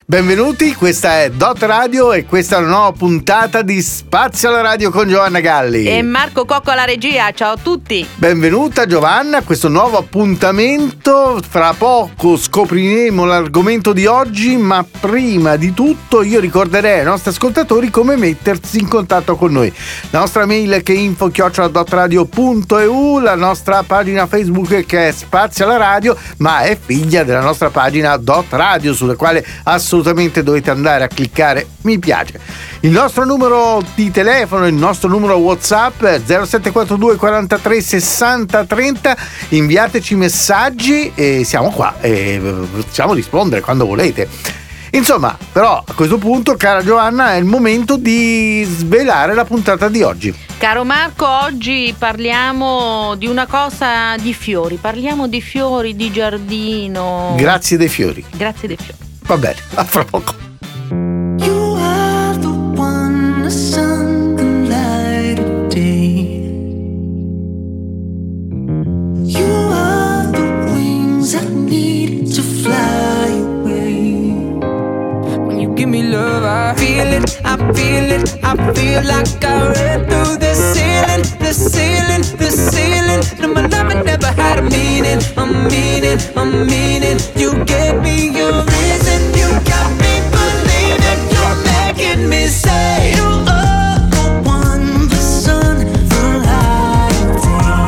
Benvenuti, questa è Dot Radio e questa è una nuova puntata di Spazio alla Radio con Giovanna Galli e Marco Cocco alla regia. Ciao a tutti. Benvenuta Giovanna a questo nuovo appuntamento. Fra poco scopriremo l'argomento di oggi, ma prima di tutto io ricorderei ai nostri ascoltatori come mettersi in contatto con noi. La nostra mail che è info@dotradio.eu, la nostra pagina Facebook che è Spazio alla Radio, ma è figlia della nostra pagina Dot Radio, sulla quale assolutamente dovete andare a cliccare mi piace. Il nostro numero di telefono, il nostro numero WhatsApp è 0742 43 60 30. Inviateci messaggi e siamo qua e possiamo rispondere quando volete. Insomma, però a questo punto, cara Giovanna, è il momento di svelare la puntata di oggi. Caro Marco, oggi parliamo di una cosa di fiori. Parliamo di fiori, di giardino. Grazie dei fiori. Grazie dei fiori. Va bene, a fra poco. You are the one, the sun can light a day. You are the wings I need to fly away. When you give me love, I feel it, I feel it, I feel like I ran through the ceiling, the ceiling, the ceiling. No, my love it never had a meaning, a meaning, a meaning. You gave me your reason, you got me believing, you're making me say you are the one, the sun, the light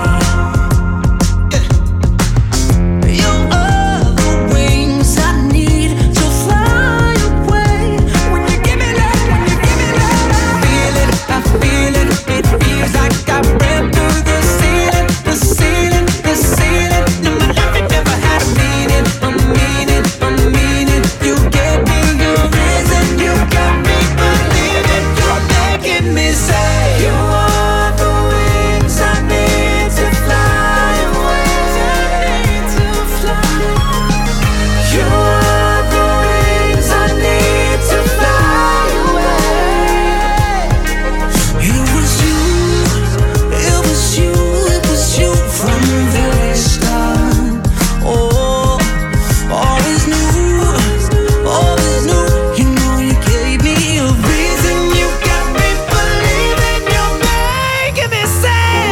of day. You are the wings I need to fly away. When you give me love, when you give me love, I feel it, it feels like I ran through the ceiling, the ceiling, the ceiling. No, my life it never had a meaning, a meaning, a meaning. You gave me your reason, you got me believing, you're making me say you are the wings I need to fly away. I need to fly. You are the wings I need to fly away. It was you, it was you, it was you from the very start. Oh, always knew, always knew. You know you gave me a reason, you got me believing, you're making me say.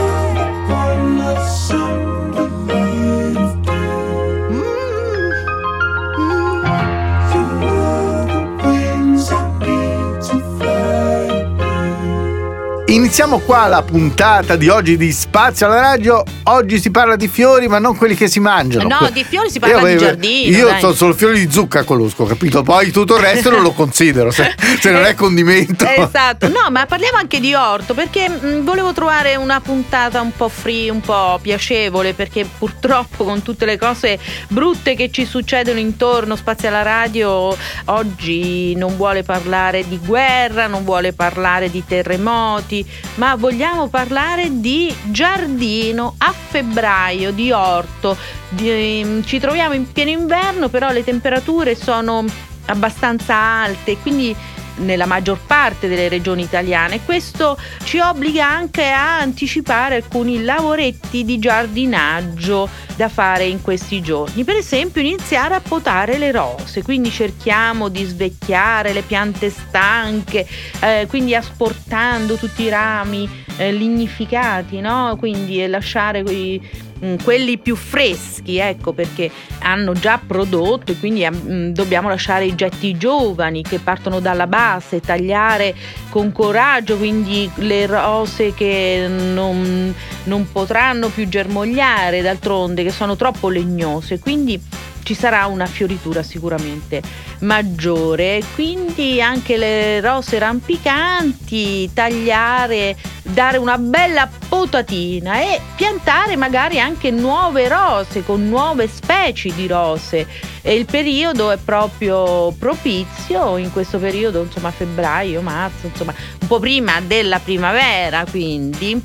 Iniziamo qua la puntata di oggi di Spazio alla Radio. Oggi si parla di fiori, ma non quelli che si mangiano. No, di fiori si parla di giardino. Io dai. solo fiori di zucca conosco, capito? Poi tutto il resto non lo considero, se non è condimento. Esatto, no, ma parliamo anche di orto, perché volevo trovare una puntata un po' free, un po' piacevole, perché purtroppo con tutte le cose brutte che ci succedono intorno, Spazio alla Radio oggi non vuole parlare di guerra, non vuole parlare di terremoti, ma vogliamo parlare di giardino a febbraio, di orto. Ci troviamo in pieno inverno, però le temperature sono abbastanza alte, quindi nella maggior parte delle regioni italiane. Questo ci obbliga anche a anticipare alcuni lavoretti di giardinaggio da fare in questi giorni. Per esempio, iniziare a potare le rose, quindi cerchiamo di svecchiare le piante stanche, quindi asportando tutti i rami lignificati, no? Quindi lasciare quelli più freschi, ecco, perché hanno già prodotto, e quindi dobbiamo lasciare i getti giovani che partono dalla base, tagliare con coraggio quindi le rose che non potranno più germogliare, d'altronde, che sono troppo legnose, quindi ci sarà una fioritura sicuramente maggiore. Quindi anche le rose rampicanti, tagliare, dare una bella potatina e piantare magari anche nuove rose con nuove specie di rose. E il periodo è proprio propizio in questo periodo, insomma febbraio, marzo, insomma un po' prima della primavera, quindi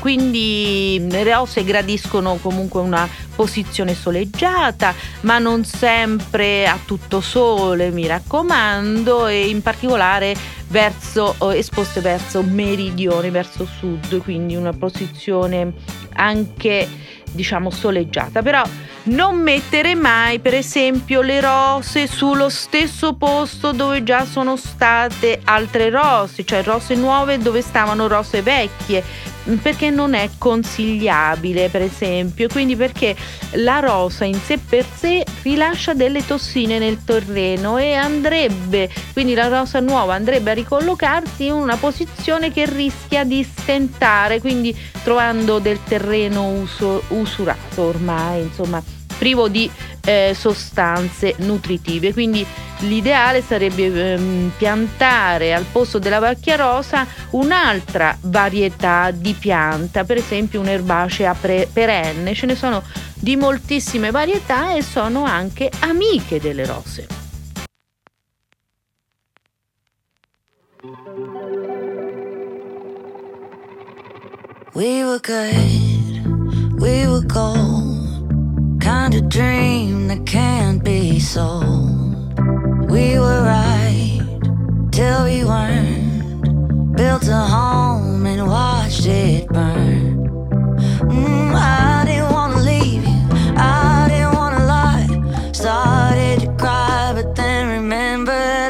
le rose gradiscono comunque una posizione soleggiata, ma non sempre a tutto sole, mi raccomando, e in particolare esposte verso meridione, verso sud, quindi una posizione anche diciamo soleggiata. Però non mettere mai, per esempio, le rose sullo stesso posto dove già sono state altre rose, cioè rose nuove dove stavano rose vecchie, perché non è consigliabile, per esempio. Quindi perché la rosa in sé per sé rilascia delle tossine nel terreno e quindi la rosa nuova andrebbe a ricollocarsi in una posizione che rischia di stentare, quindi trovando del terreno usurato ormai, insomma privo di sostanze nutritive. Quindi l'ideale sarebbe piantare al posto della macchia rosa un'altra varietà di pianta, per esempio un'erbacea perenne. Ce ne sono di moltissime varietà e sono anche amiche delle rose. We were good, we were gold. Kind of dream that can't be sold. We were right till we weren't. Built a home and watched it burn. I didn't wanna leave you, I didn't wanna lie. Started to cry but then remembered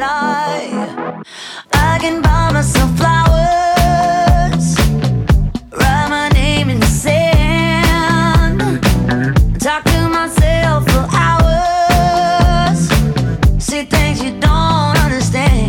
I can buy myself flowers, write my name in the sand, talk to myself for hours, see things you don't understand.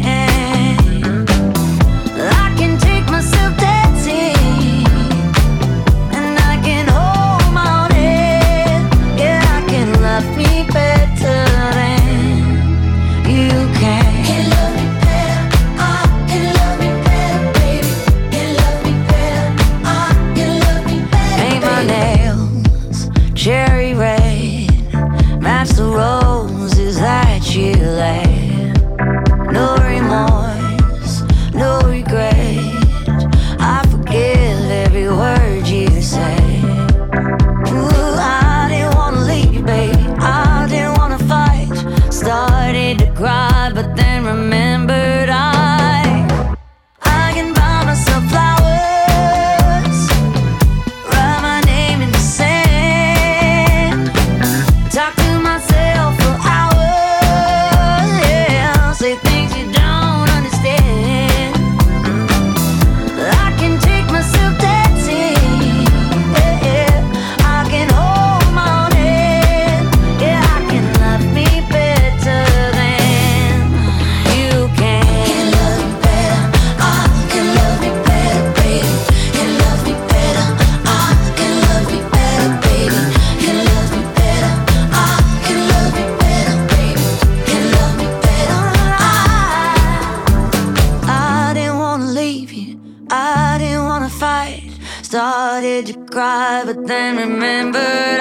I can take myself dancing, and I can hold my own head. Yeah, I can love me better than you can. Can love me better, I can love me better, baby. Can love me better, I can love me better. Paint my nails cherry red, match the roses that you laid. No remorse, no regret, I forgive every word you say. Ooh, I didn't wanna leave you, baby, I didn't wanna fight. Started to cry, but then remembered I can buy myself flowers, write my name in the sand, talk to myself for hours, yeah, say things you don't understand. I can take myself dancing, yeah, I can hold my own head, yeah, I can love me better than you can. Can love me better, I can love me better, baby. Can love me better, I can love me better, baby. Can love me better, I can love me better, baby. Can love me better, I didn't wanna leave you, I didn't wanna fight. Started to cry, but then remembered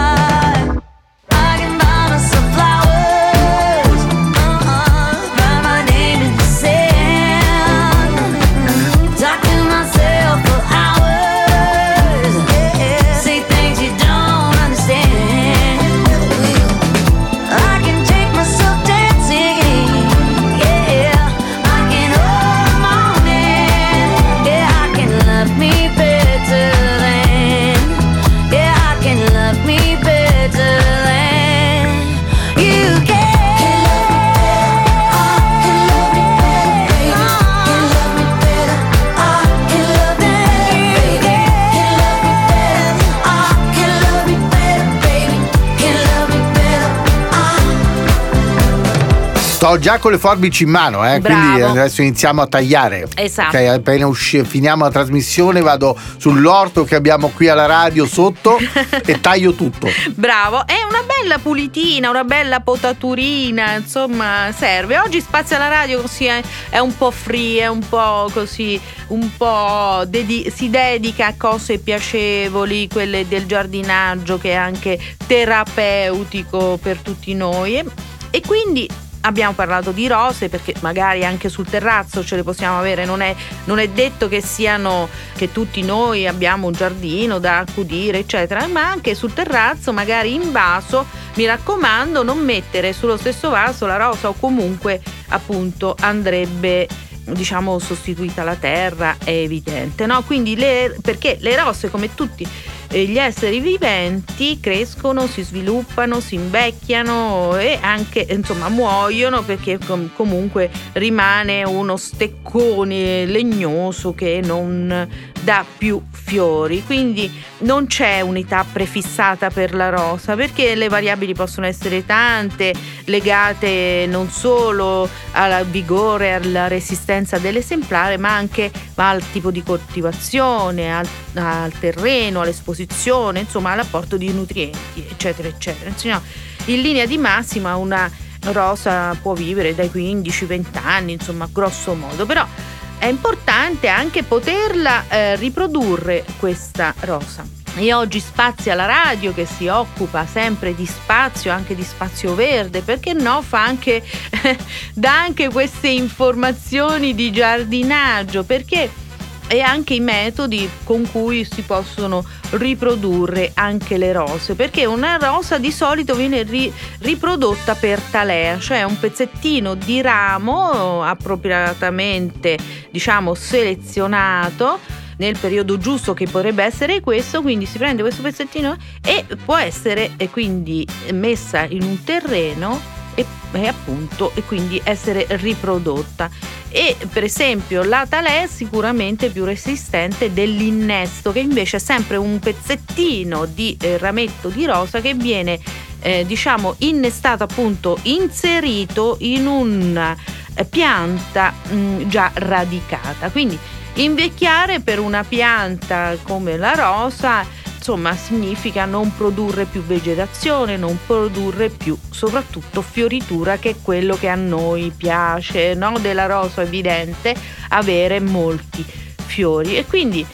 I can buy myself flowers, write my name in the sand, talk to myself for hours, yeah, say things you don't understand. I can take myself dancing, yeah, I can hold my own hand, yeah, I can love me better than, yeah, I can love me better than you can. Can love me better, I can love me better, baby. Can love me better, I can love me better, baby. Can love me better, baby. Can love me better, Sto già con le forbici in mano, quindi Bravo. adesso iniziamo a tagliare. Esatto. Ok, appena finiamo la trasmissione vado sull'orto che abbiamo qui alla radio sotto e taglio tutto. Bravo, è una bella pulitina, una bella potaturina, insomma serve. Oggi Spazio alla Radio così è un po' free, è un po' così, un po' si dedica a cose piacevoli, quelle del giardinaggio che è anche terapeutico per tutti noi e quindi abbiamo parlato di rose perché magari anche sul terrazzo ce le possiamo avere, non è detto che tutti noi abbiamo un giardino da accudire eccetera, ma anche sul terrazzo magari in vaso, mi raccomando non mettere sullo stesso vaso la rosa o comunque appunto andrebbe sostituita la terra, è evidente, no? Quindi perché le rose come tutti gli esseri viventi crescono, si sviluppano, si invecchiano e anche insomma muoiono, perché comunque rimane uno steccone legnoso che non dà più fiori. Quindi non c'è unità prefissata per la rosa, perché le variabili possono essere tante, legate non solo al vigore, alla resistenza dell'esemplare, ma anche al tipo di coltivazione, al terreno, all'esposizione, insomma all'apporto di nutrienti, eccetera eccetera. Insomma, in linea di massima una rosa può vivere dai 15-20 anni, insomma grosso modo, però è importante anche poterla riprodurre questa rosa. E oggi Spazio alla Radio, che si occupa sempre di spazio, anche di spazio verde, perché no, fa anche dà anche queste informazioni di giardinaggio, perché e anche i metodi con cui si possono riprodurre anche le rose, perché una rosa di solito viene riprodotta per talea, cioè un pezzettino di ramo appropriatamente, diciamo, selezionato nel periodo giusto, che potrebbe essere questo. Quindi si prende questo pezzettino e può essere quindi messa in un terreno e quindi essere riprodotta. E per esempio la talè è sicuramente più resistente dell'innesto, che invece è sempre un pezzettino di rametto di rosa che viene diciamo innestato, appunto inserito in una pianta già radicata. Quindi invecchiare per una pianta come la rosa, insomma, significa non produrre più vegetazione, non produrre più soprattutto fioritura, che è quello che a noi piace, no? Della rosa è evidente avere molti fiori, e quindi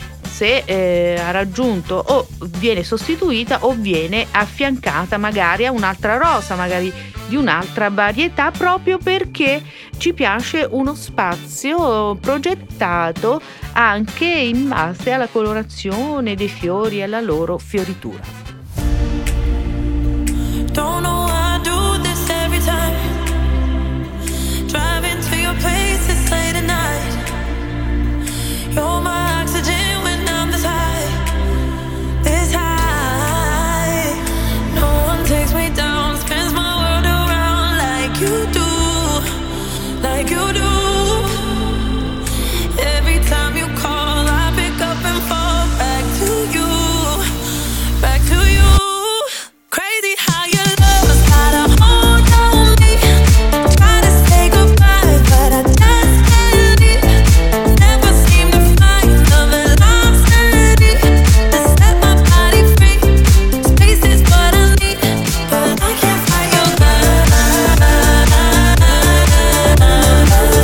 se ha raggiunto o viene sostituita o viene affiancata magari a un'altra rosa, magari di un'altra varietà, proprio perché ci piace uno spazio progettato anche in base alla colorazione dei fiori e alla loro fioritura. Don't know why I do this every time. Driving to your place, it's late at night. You're my oxygen when I'm this high, this high. No one takes me down, spins my world around like you do, like you do. Every time you call, I pick up and fall back to you, back to you. Crazy how your love has got a hold on me. Try to say goodbye, but I just can't leave. Never seem to find the velocity to set my body free. Space is what I need, but I can't find your love.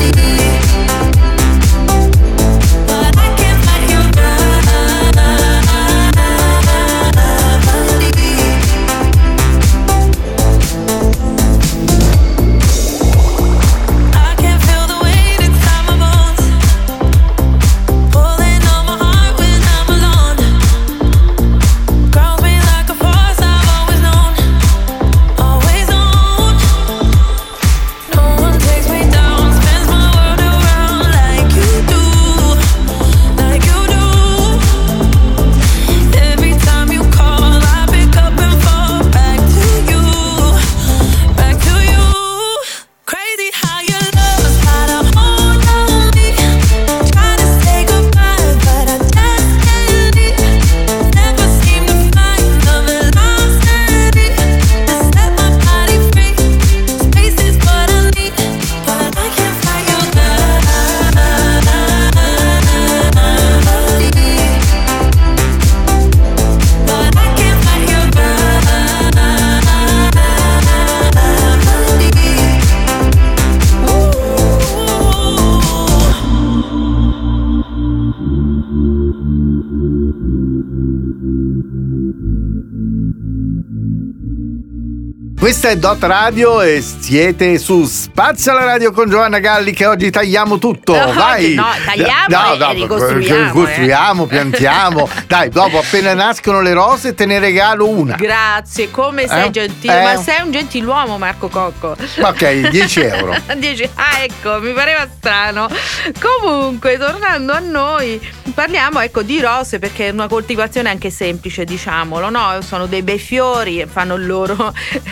Questa è Dot Radio e siete su Spazio alla Radio con Giovanna Galli, che oggi tagliamo tutto. Vai! No, tagliamo e ricostruiamo. Costruiamo, piantiamo. Dai, dopo appena nascono le rose te ne regalo una. Grazie, come sei gentile. Ma sei un gentiluomo, Marco Cocco. Ok, 10 euro. 10. Ah, ecco, mi pareva strano. Comunque, tornando a noi, parliamo di rose, perché è una coltivazione anche semplice, diciamolo, no? Sono dei bei fiori, fanno il loro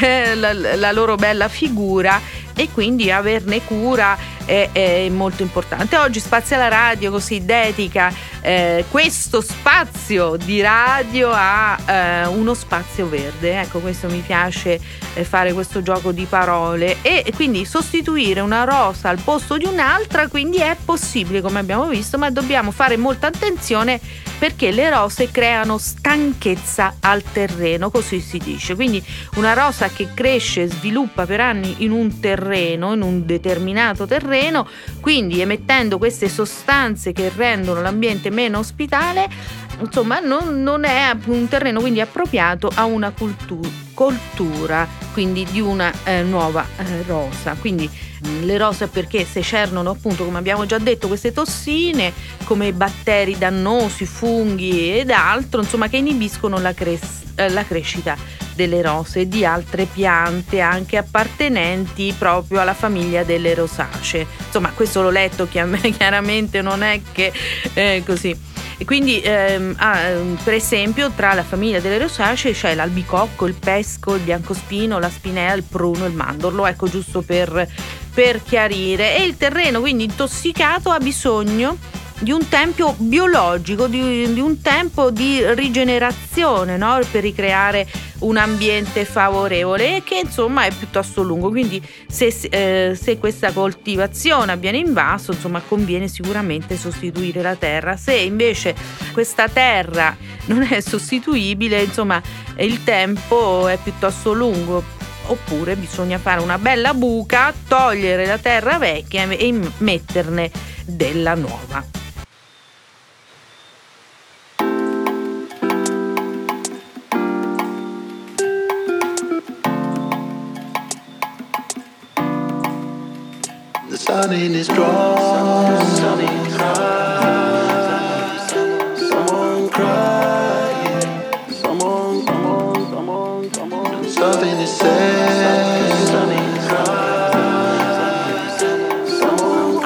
la loro bella figura, e quindi averne cura è molto importante. Oggi Spazio alla Radio così dedica questo spazio di radio a uno spazio verde. Ecco, questo mi piace, fare questo gioco di parole, e quindi sostituire una rosa al posto di un'altra, quindi è possibile, come abbiamo visto, ma dobbiamo fare molta attenzione, perché le rose creano stanchezza al terreno, così si dice. Quindi una rosa che cresce e sviluppa per anni in un terreno, in un determinato terreno, quindi emettendo queste sostanze che rendono l'ambiente meno ospitale, insomma non è un terreno quindi appropriato a una coltura quindi di una nuova rosa. Quindi le rose, perché secernono, appunto, come abbiamo già detto, queste tossine come batteri dannosi, funghi ed altro, insomma, che inibiscono la crescita delle rose e di altre piante anche appartenenti proprio alla famiglia delle rosacee. Insomma, questo l'ho letto chiaramente, non è che così. E quindi per esempio tra la famiglia delle rosacee c'è l'albicocco, il pesco, il biancospino, la spinea, il pruno, il mandorlo, ecco, giusto per chiarire. E il terreno quindi intossicato ha bisogno di un tempo biologico, di un tempo di rigenerazione, no? Per ricreare un ambiente favorevole, che insomma è piuttosto lungo. Quindi se questa coltivazione avviene in vaso, insomma, conviene sicuramente sostituire la terra. Se invece questa terra non è sostituibile, insomma, il tempo è piuttosto lungo. Oppure bisogna fare una bella buca, togliere la terra vecchia e metterne della nuova. The sun in his drawers. Someone crying. Someone. Something is said. Someone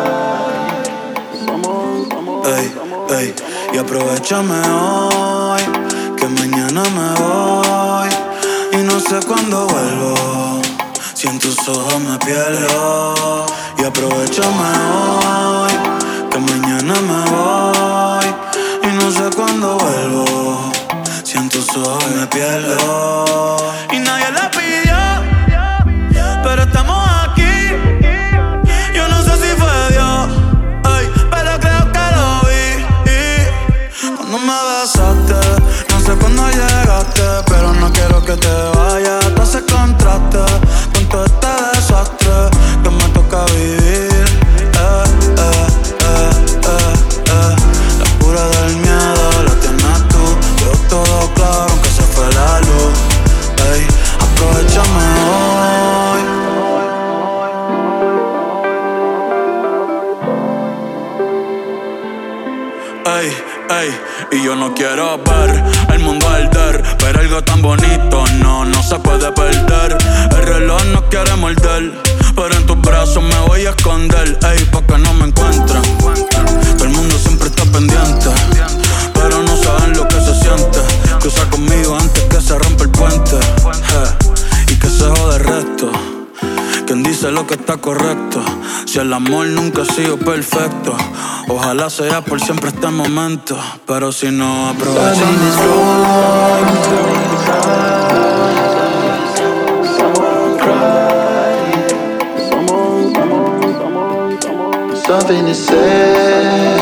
crying. Ey, y aprovechame hoy, que mañana me voy y no sé cuándo vuelvo. Si en tus ojos me pierdo. Y aprovechame hoy, que mañana me voy y no sé cuándo vuelvo. Si en tus ojos me pierdo. Y nadie la pidió, pero estamos aquí. Yo no sé si fue Dios, ay, pero creo que lo vi. Cuando me besaste, no sé cuándo llegaste, pero no quiero que te vayas. Tú haces contraste con todo este desastre que me toca vivir. La cura del miedo la tienes tú. Yo todo claro aunque se fue la luz. Ey, aprovechame hoy. Ey, y yo no quiero ver el mundo arder, pero algo tan bonito no se puede perder. El reloj no quiere morder, pero en tus brazos me voy a esconder. Ey, pa' que no me encuentren. Todo el mundo siempre está pendiente, pero no saben lo que se siente. Cruza conmigo antes que se rompa el puente, y que se jode el resto. ¿Quién dice lo que está correcto? Si el amor nunca ha sido perfecto, ojalá sea por siempre este momento. Pero si no, aprovechamos. Something is said.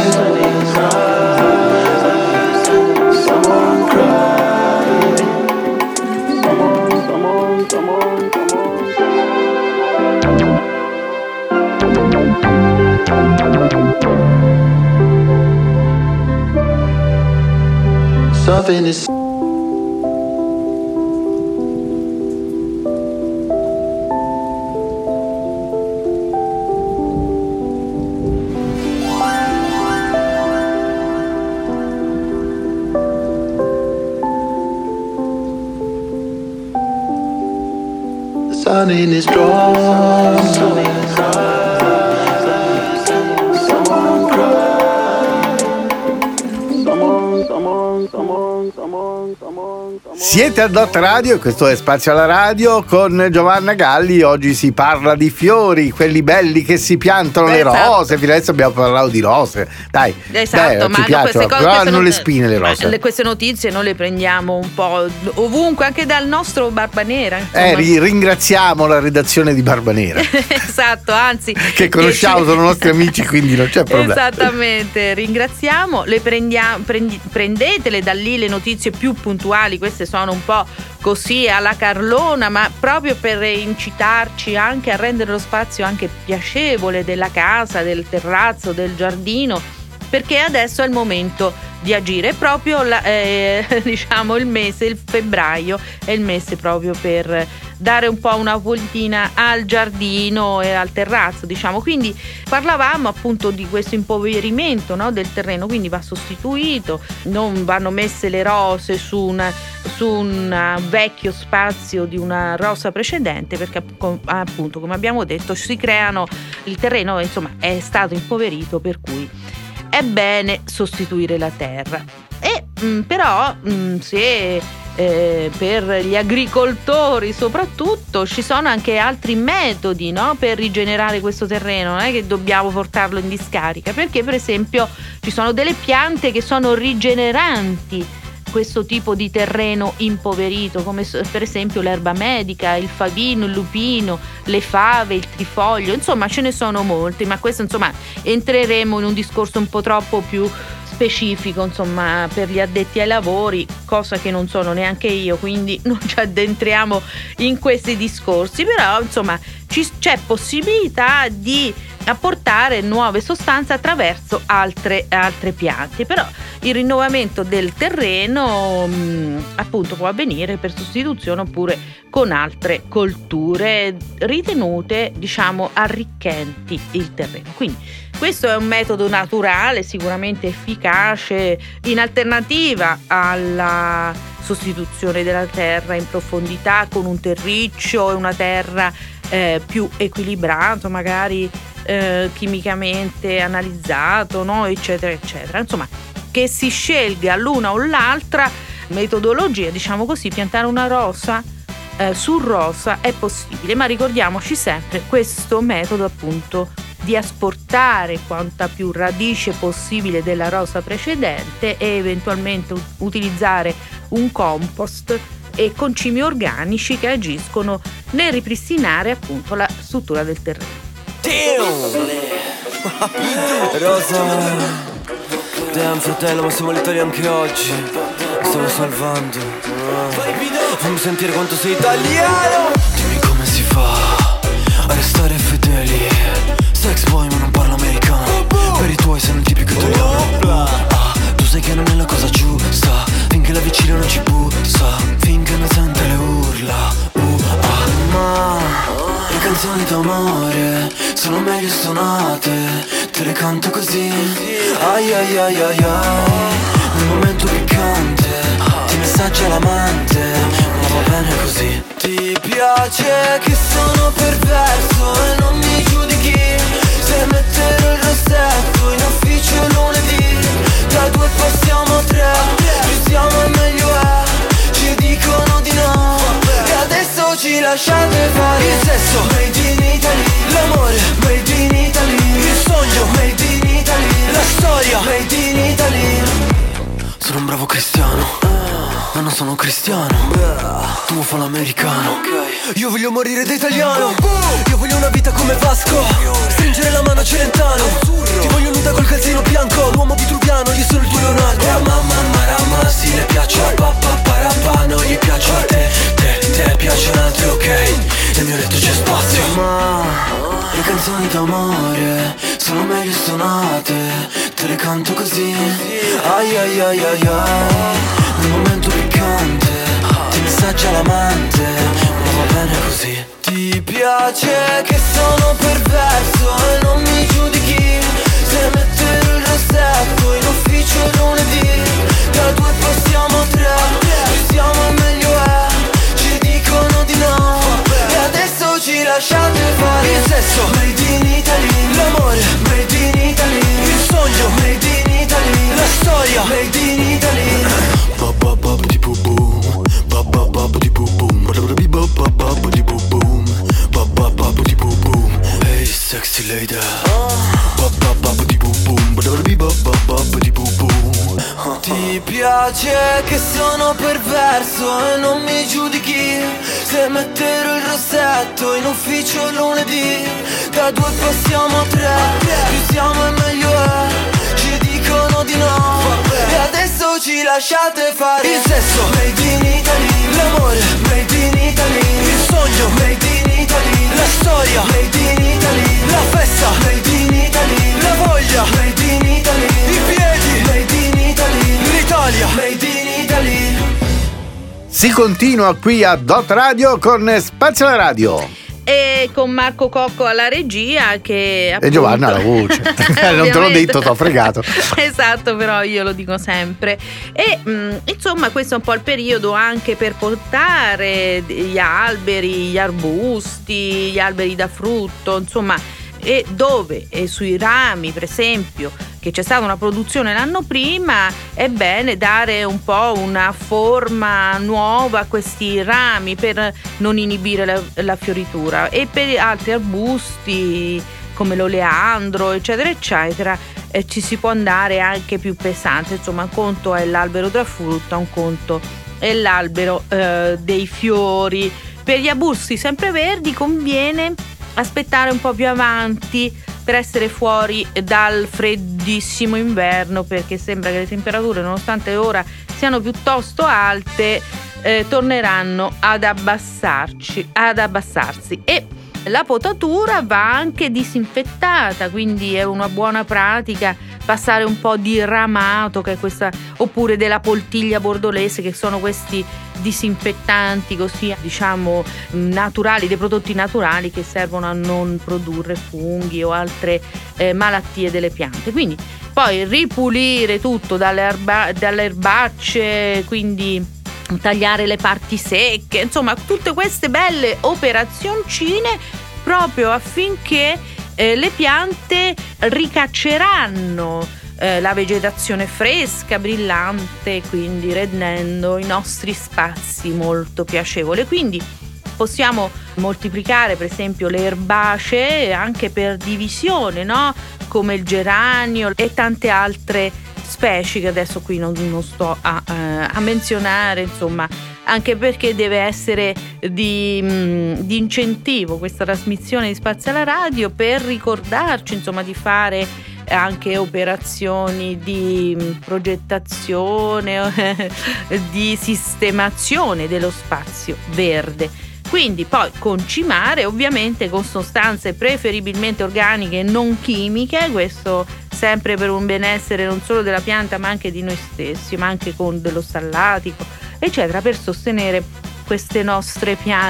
Someone crying. Something is sun in his drawers. Someone cry. Someone. Siete a Dot Radio e questo è Spazio alla Radio con Giovanna Galli. Oggi si parla di fiori, quelli belli che si piantano, le Esatto. rose. Fino adesso abbiamo parlato di rose. Dai, Esatto, ci piacciono, però hanno le spine le rose. Queste notizie noi le prendiamo un po' ovunque, anche dal nostro Barbanera. insomma. Ringraziamo la redazione di Barbanera Esatto, anzi, che conosciamo, sono nostri amici, quindi non c'è problema. Esattamente, ringraziamo, prendetele da lì le notizie più puntuali, queste sono un po' così alla Carlona, ma proprio per incitarci anche a rendere lo spazio anche piacevole della casa, del terrazzo, del giardino, perché adesso è il momento di agire. È proprio diciamo il mese, il febbraio è il mese proprio per dare un po' una pulitina al giardino e al terrazzo, diciamo. Quindi parlavamo appunto di questo impoverimento, no, del terreno, quindi va sostituito, non vanno messe le rose su un vecchio spazio di una rosa precedente, perché appunto, come abbiamo detto, si creano, il terreno insomma è stato impoverito, per cui è bene sostituire la terra. Però se per gli agricoltori soprattutto ci sono anche altri metodi, no, per rigenerare questo terreno, non è che dobbiamo portarlo in discarica, perché per esempio ci sono delle piante che sono rigeneranti questo tipo di terreno impoverito, come per esempio l'erba medica, il favino, il lupino, le fave, il trifoglio, insomma ce ne sono molti, ma questo insomma entreremo in un discorso un po' troppo più specifico, insomma, per gli addetti ai lavori, cosa che non sono neanche io, quindi non ci addentriamo in questi discorsi. Però insomma c'è possibilità di apportare nuove sostanze attraverso altre piante, però il rinnovamento del terreno appunto può avvenire per sostituzione oppure con altre colture ritenute, diciamo, arricchenti il terreno. Quindi questo è un metodo naturale, sicuramente efficace, in alternativa alla sostituzione della terra in profondità con un terriccio e una terra più equilibrato, magari chimicamente analizzato, no? Eccetera eccetera. Insomma, che si scelga l'una o l'altra metodologia, diciamo così, piantare una rosa su rosa è possibile, ma ricordiamoci sempre questo metodo appunto di asportare quanta più radice possibile della rosa precedente e eventualmente utilizzare un compost e concimi organici che agiscono nel ripristinare appunto la struttura del terreno. Rosa, damn fratello, ma siamo all'Italia anche oggi. Mi stavo salvando. Fammi sentire quanto sei italiano. Dimmi come si fa a restare fedeli. Sex boy ma non parlo americano. Per i tuoi sei un tipico italiano. Tu sai che non è la cosa giusta. Finché la vicina non ci bussa. Finché non sente le urla. Ma le canzoni d'amore sono meglio suonate. Te le canto così. Ai ai ai ai ai. Nel momento piccante ti messaggia l'amante. Ma va bene così. Ti piace che sono perverso e non mi giudichi se metterò il rossetto in ufficio lunedì. Da due passiamo a tre, ci siamo e meglio è. Ci dicono di no e adesso ci lasciate fare. Il sesso made in Italy, l'amore made in Italy, il sogno made in Italy, la storia made in Italy. Sono un bravo cristiano, ma non sono cristiano. Tu fa l'americano. Io voglio morire da italiano. Io voglio una vita come Vasco, stringere la mano a Celentano. Ti voglio nuda col calzino bianco, l'uomo vitruviano, io sono il tuo Leonardo. Mamma marama, sì le piaccio a papà parapà, non gli piaccio a te piacciono altri, ok? Nel mio letto c'è spazio. Ma le canzoni d'amore sono meglio suonate. Te le canto così. Ai ai ai ai ai. Nel momento piccante ti messaggia l'amante. Ma va bene così. Ti piace che sono perverso e non mi giudichi se metterò il rossetto in ufficio lunedì. Da due passiamo a tre, ci siamo e meglio è. Ci dicono di no e adesso Ti piace che sono perverso e non mi giudichi se metterò il rossetto in ufficio lunedì. Da 2 passiamo a 3, più siamo e meglio è. Ci dicono di no e adesso ci lasciate fare. Il sesso made in Italy, l'amore made in Italy, il sogno made in Italy, la storia made in Italy, la festa made in Italy, la voglia made in Italy, i piedi made in Italy, l'Italia made in Italy. Si continua qui a Dot Radio con Spazio alla Radio. E con Marco Cocco alla regia che appunto... E Giovanna alla voce. Non te l'ho Ovviamente. detto, t'ho fregato. Esatto, però io lo dico sempre. E insomma questo è un po' il periodo anche per portare gli alberi, gli arbusti, gli alberi da frutto, insomma, e dove e sui rami, per esempio, che c'è stata una produzione l'anno prima, è bene dare un po' una forma nuova a questi rami per non inibire la fioritura. E per altri arbusti come l'oleandro, eccetera eccetera, ci si può andare anche più pesante. Insomma, un conto è l'albero da frutta, un conto è l'albero dei fiori. Per gli arbusti sempreverdi conviene aspettare un po' più avanti per essere fuori dal freddissimo inverno, perché sembra che le temperature, nonostante ora siano piuttosto alte, torneranno ad abbassarsi. E la potatura va anche disinfettata, quindi è una buona pratica passare un po' di ramato, che è questa, oppure della poltiglia bordolese, che sono questi disinfettanti così, diciamo, naturali, dei prodotti naturali che servono a non produrre funghi o altre malattie delle piante. Quindi poi ripulire tutto dalle erbacce, quindi tagliare le parti secche, insomma tutte queste belle operazioncine proprio affinché le piante ricacceranno la vegetazione fresca, brillante, quindi rendendo i nostri spazi molto piacevoli. Quindi possiamo moltiplicare per esempio le erbacee anche per divisione, no? Come il geranio e tante altre specie che adesso qui non sto a menzionare, insomma, anche perché deve essere di incentivo questa trasmissione di Spazio alla Radio, per ricordarci, insomma, di fare anche operazioni di progettazione, di sistemazione dello spazio verde. Quindi poi concimare ovviamente con sostanze preferibilmente organiche e non chimiche, questo sempre per un benessere non solo della pianta ma anche di noi stessi, ma anche con dello stallatico, eccetera, per sostenere queste nostre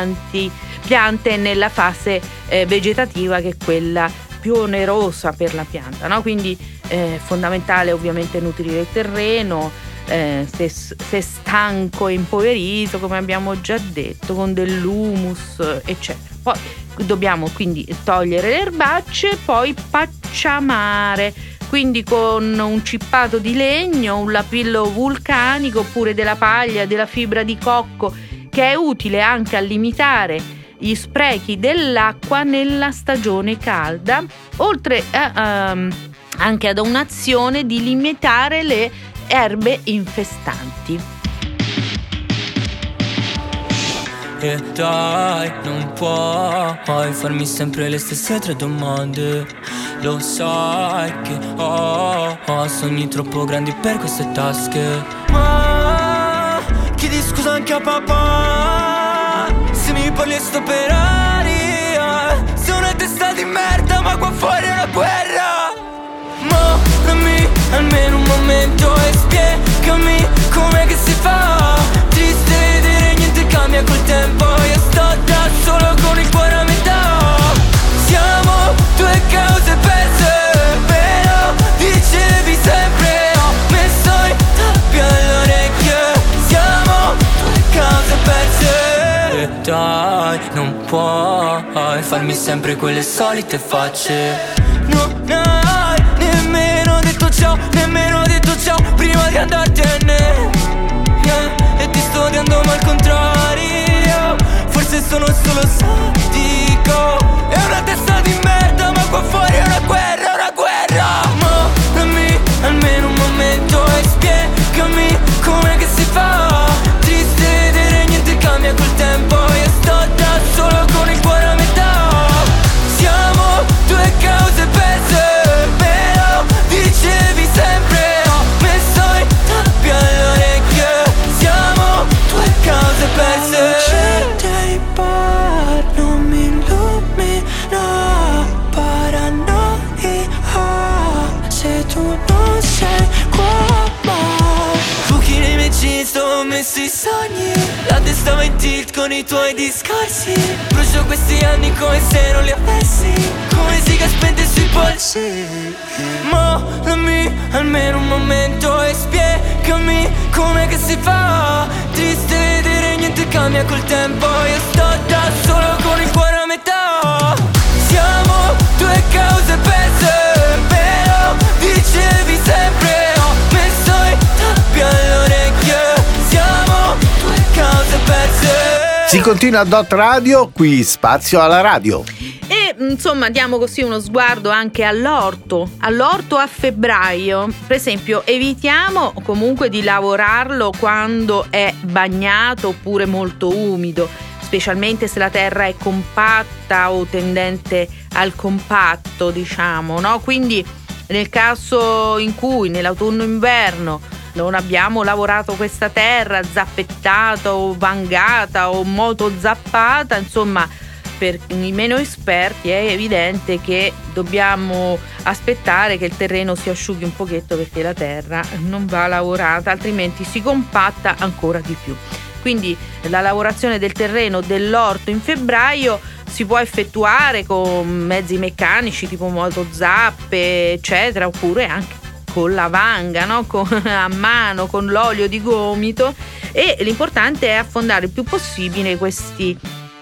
piante nella fase vegetativa, che è quella più onerosa per la pianta, no? Quindi è fondamentale ovviamente nutrire il terreno, se stanco e impoverito, come abbiamo già detto, con dell'humus, eccetera. Poi dobbiamo quindi togliere le erbacce, poi pacciamare, quindi con un cippato di legno, un lapillo vulcanico, oppure della paglia, della fibra di cocco, che è utile anche a limitare gli sprechi dell'acqua nella stagione calda, oltre anche ad un'azione di limitare le erbe infestanti. E dai, non puoi farmi sempre le stesse 3 domande. Lo sai che ho sogni troppo grandi per queste tasche. Ma chiedi scusa anche a papà se mi parli e sto per aria. Sono una testa di merda ma qua fuori è una guerra. Mollami almeno un momento e spiegami com'è che si fa. Triste vedere niente cambia col tempo, io sto da solo con il cuore a metà. Siamo 2 cause perse, però dicevi sempre ho messo i tappi alle orecchie. Siamo 2 cause perse. E dai, non puoi farmi sempre quelle solite facce. Non hai nemmeno detto ciao prima di andartene, e ti sto dando mal contrario. Forse sono solo sadico, è una testa di merda ma qua fuori è una guerra. tu non sei qua mai. Buchi nei miei jeans dove ho messo i sogni, la testa va in tilt con i tuoi discorsi. Brucio questi anni come se non li avessi, come si che spende sui polsi. Mollami almeno un momento e spiegami com'è che si fa. Triste vedere niente cambia col tempo, io sto da solo con il cuore a metà. Siamo due cause perse, però dicevi sempre ho messo i tappi alle orecchie. Siamo due cause perse. Si continua a Dot Radio, qui spazio alla radio. E insomma diamo così uno sguardo anche all'orto a febbraio. Per esempio evitiamo comunque di lavorarlo quando è bagnato oppure molto umido, specialmente se la terra è compatta o tendente al compatto, diciamo, no? Quindi nel caso in cui nell'autunno-inverno non abbiamo lavorato questa terra zappettata o vangata o molto zappata, insomma, per i meno esperti è evidente che dobbiamo aspettare che il terreno si asciughi un pochetto, perché la terra non va lavorata, altrimenti si compatta ancora di più. Quindi la lavorazione del terreno dell'orto in febbraio si può effettuare con mezzi meccanici tipo motozappe eccetera, oppure anche con la vanga, no? A mano, con l'olio di gomito, e l'importante è affondare il più possibile questi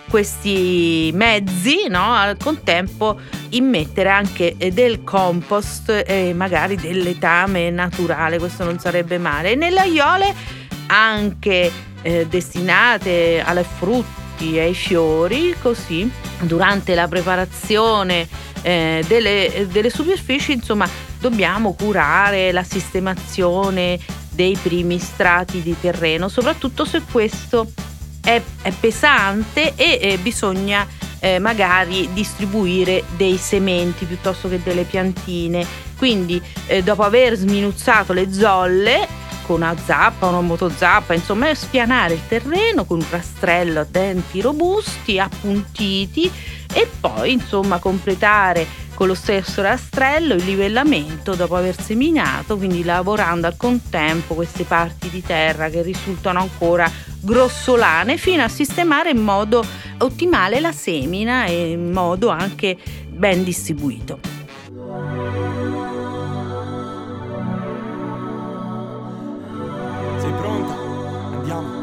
mezzi, no? Al contempo immettere anche del compost e magari del letame naturale, questo non sarebbe male. E nelle aiole anche destinate alle frutti e ai fiori, così durante la preparazione delle superfici, insomma, dobbiamo curare la sistemazione dei primi strati di terreno, soprattutto se questo è pesante e bisogna magari distribuire dei sementi piuttosto che delle piantine. Quindi dopo aver sminuzzato le zolle con una zappa, una motozappa, insomma, spianare il terreno con un rastrello a denti robusti, appuntiti, e poi insomma completare con lo stesso rastrello il livellamento dopo aver seminato, quindi lavorando al contempo queste parti di terra che risultano ancora grossolane, fino a sistemare in modo ottimale la semina e in modo anche ben distribuito. Sei pronta? Andiamo.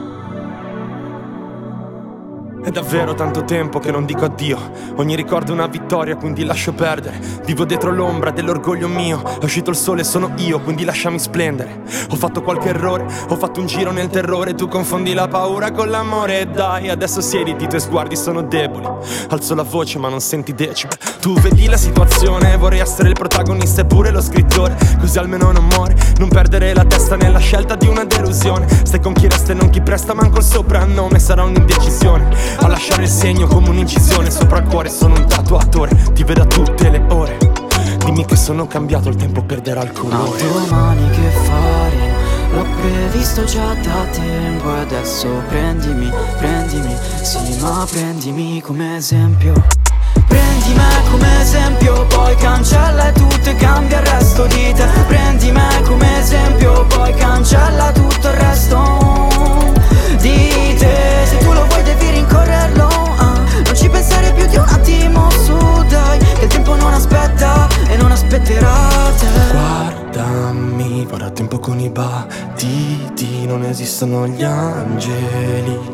È davvero tanto tempo che non dico addio. Ogni ricordo è una vittoria, quindi lascio perdere. Vivo dietro l'ombra dell'orgoglio mio. È uscito il sole, sono io, quindi lasciami splendere. Ho fatto qualche errore, ho fatto un giro nel terrore. Tu confondi la paura con l'amore. E dai, adesso siediti, i tuoi sguardi sono deboli. Alzo la voce ma non senti decibel. Tu vedi la situazione, vorrei essere il protagonista e pure lo scrittore, così almeno non muore. Non perdere la testa nella scelta di una delusione. Stai con chi resta e non chi presta, manco il soprannome sarà un'indecisione. A lasciare il segno come un'incisione sopra il cuore, sono un tatuatore, ti vedo a tutte le ore. Dimmi che sono cambiato, il tempo perderà il colore. Ma domani che fare? L'ho previsto già da tempo e adesso prendimi, sì ma prendimi come esempio. Prendi me come esempio, poi cancella tutto e cambia il resto di te. Prendi me come esempio, poi cancella tutto il resto di te. Se tu lo vuoi devi rincorrerlo, non ci pensare più di un attimo, su dai, che il tempo non aspetta e non aspetterà te. Guardami, guarda tempo con i battiti, non esistono gli angeli.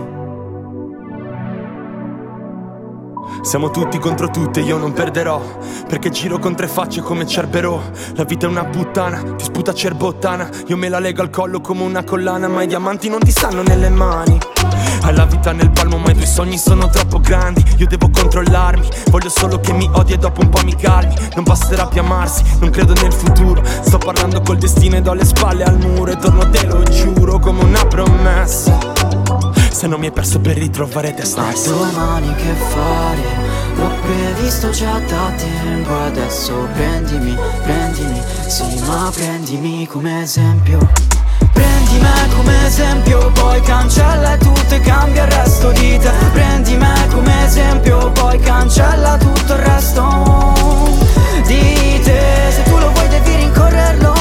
Siamo tutti contro tutte, io non perderò, perché giro con tre facce come Cerbero. La vita è una puttana, ti sputa cerbottana. Io me la lego al collo come una collana, ma i diamanti non ti stanno nelle mani. Hai la vita nel palmo ma i tuoi sogni sono troppo grandi. Io devo controllarmi, voglio solo che mi odi e dopo un po' mi calmi. Non basterà più amarsi, non credo nel futuro. Sto parlando col destino e do le spalle al muro. E torno, te lo giuro, come una promessa. Se non mi hai perso per ritrovare te stesso. Ma domani che fare? L'ho previsto già da tempo, adesso prendimi, sì ma prendimi come esempio. Prendi me come esempio, poi cancella tutto e cambia il resto di te. Prendi me come esempio, poi cancella tutto il resto di te. Se tu lo vuoi devi rincorrerlo,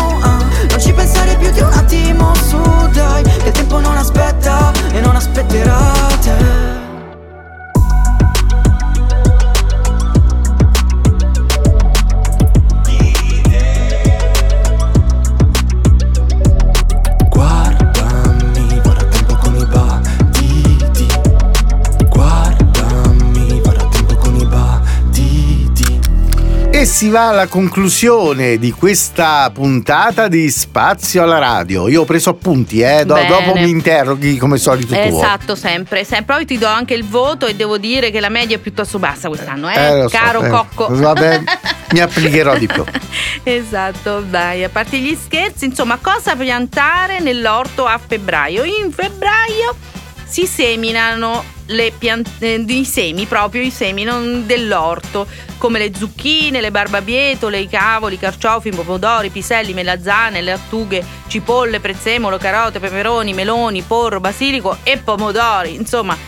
si va alla conclusione di questa puntata di Spazio alla Radio. Io ho preso appunti, dopo mi interroghi come solito tu. Esatto, sempre. Poi ti do anche il voto e devo dire che la media è piuttosto bassa quest'anno, lo so, caro Cocco. Vabbè, mi applicherò di più. Esatto, dai, a parte gli scherzi, insomma, cosa piantare nell'orto a febbraio? In febbraio si seminano i semi dell'orto, come le zucchine, le barbabietole, i cavoli, i carciofi, i pomodori, i piselli, melanzane, le lattughe, cipolle, prezzemolo, carote, peperoni, meloni, porro, basilico e pomodori. Insomma,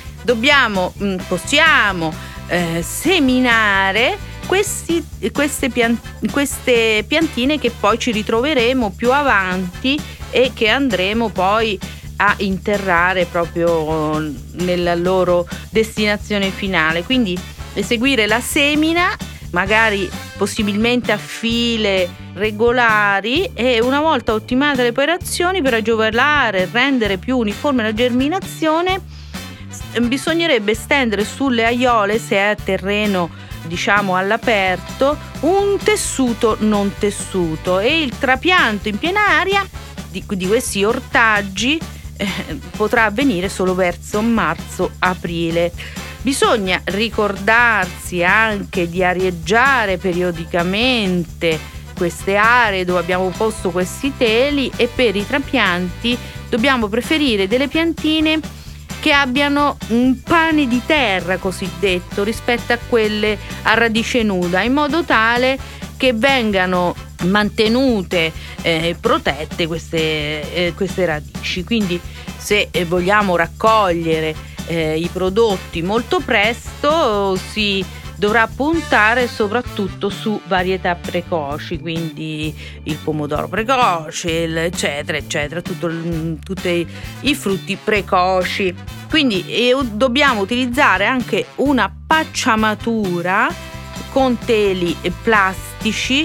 possiamo seminare queste piantine che poi ci ritroveremo più avanti e che andremo poi a interrare proprio nella loro destinazione finale. Quindi eseguire la semina, magari possibilmente a file regolari, e una volta ottimate le operazioni per agevolare e rendere più uniforme la germinazione, bisognerebbe stendere sulle aiole, se è a terreno diciamo all'aperto, un tessuto non tessuto, e il trapianto in piena aria di questi ortaggi potrà avvenire solo verso marzo-aprile. Bisogna ricordarsi anche di arieggiare periodicamente queste aree dove abbiamo posto questi teli, e per i trapianti dobbiamo preferire delle piantine che abbiano un pane di terra cosiddetto rispetto a quelle a radice nuda, in modo tale che vengano mantenute protette queste radici. Quindi se vogliamo raccogliere i prodotti molto presto, si dovrà puntare soprattutto su varietà precoci, quindi il pomodoro precoce, eccetera eccetera, tutti i frutti precoci. Quindi dobbiamo utilizzare anche una pacciamatura con teli plastici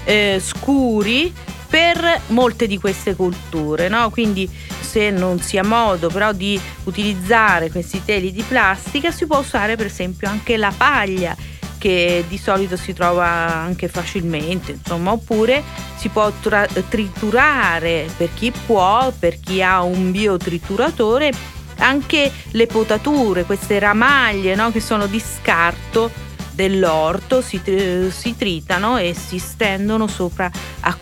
scuri per molte di queste culture, no? Quindi se non si ha modo però di utilizzare questi teli di plastica, si può usare per esempio anche la paglia, che di solito si trova anche facilmente, insomma, oppure si può triturare, per chi può, per chi ha un biotrituratore, anche le potature, queste ramaglie, no? Che sono di scarto dell'orto, si tritano e si stendono sopra a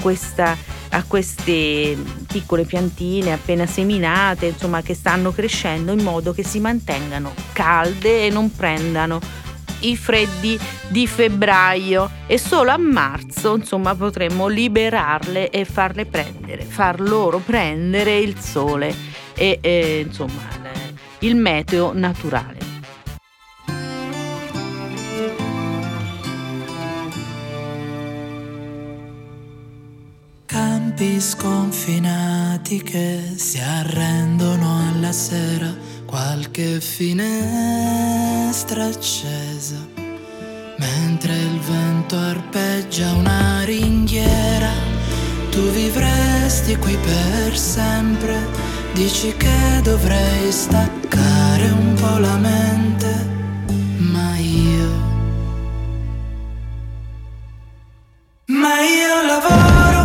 queste piccole piantine appena seminate, insomma, che stanno crescendo, in modo che si mantengano calde e non prendano i freddi di febbraio, e solo a marzo, insomma, potremmo liberarle e far loro prendere il sole e insomma il meteo naturale. Campi sconfinati che si arrendono alla sera, qualche finestra accesa, mentre il vento arpeggia una ringhiera. Tu vivresti qui per sempre, dici che dovrei staccare un po' la mente, ma io lavoro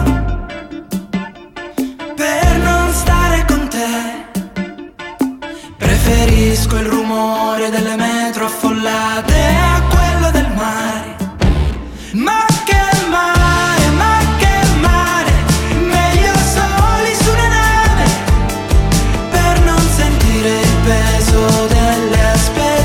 per non stare con te. Preferisco il rumore delle metro affollate a quello del mare. Ma che mare, meglio soli su una nave, per non sentire il peso delle aspettative.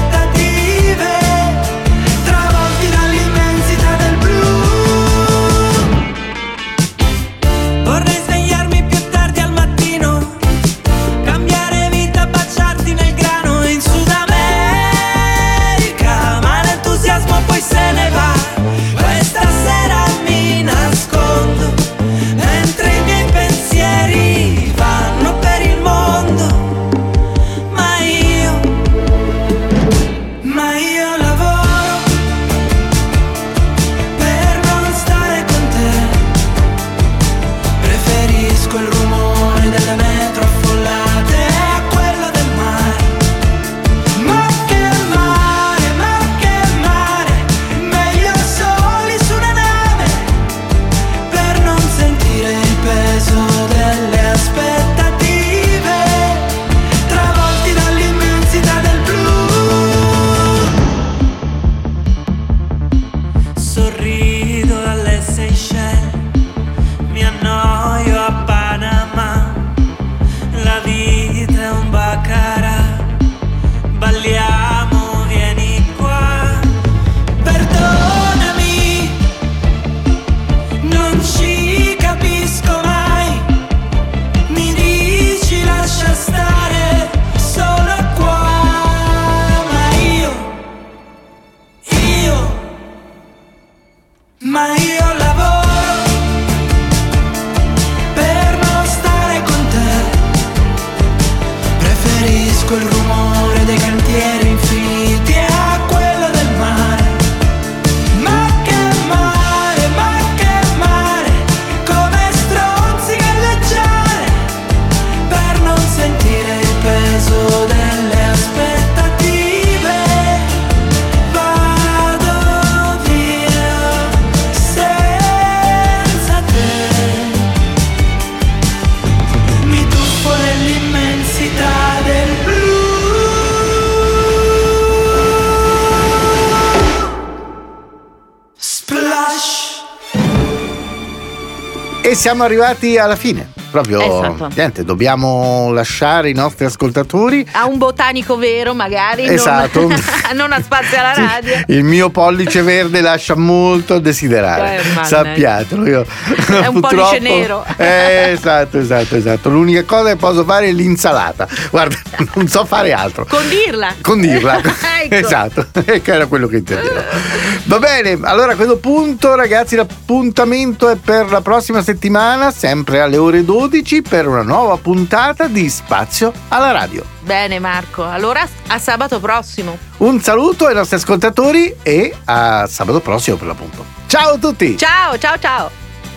E siamo arrivati alla fine. Proprio Esatto. niente, dobbiamo lasciare i nostri ascoltatori A un botanico vero, magari. Esatto. Non a Spazio alla Sì, radio. il mio pollice verde lascia molto a desiderare, mannaggia. sappiatelo. Io È un purtroppo, pollice nero. Esatto. L'unica cosa che posso fare è l'insalata. Guarda, non so fare altro. Condirla. Condirla. Ecco. Esatto, che era quello che intendevo. Va bene, allora a questo punto, ragazzi, l'appuntamento è per la prossima settimana, sempre alle ore 12, per una nuova puntata di Spazio alla radio. Bene Marco, allora a sabato prossimo. Un saluto ai nostri ascoltatori e a sabato prossimo per l'appunto. Ciao a tutti! Ciao.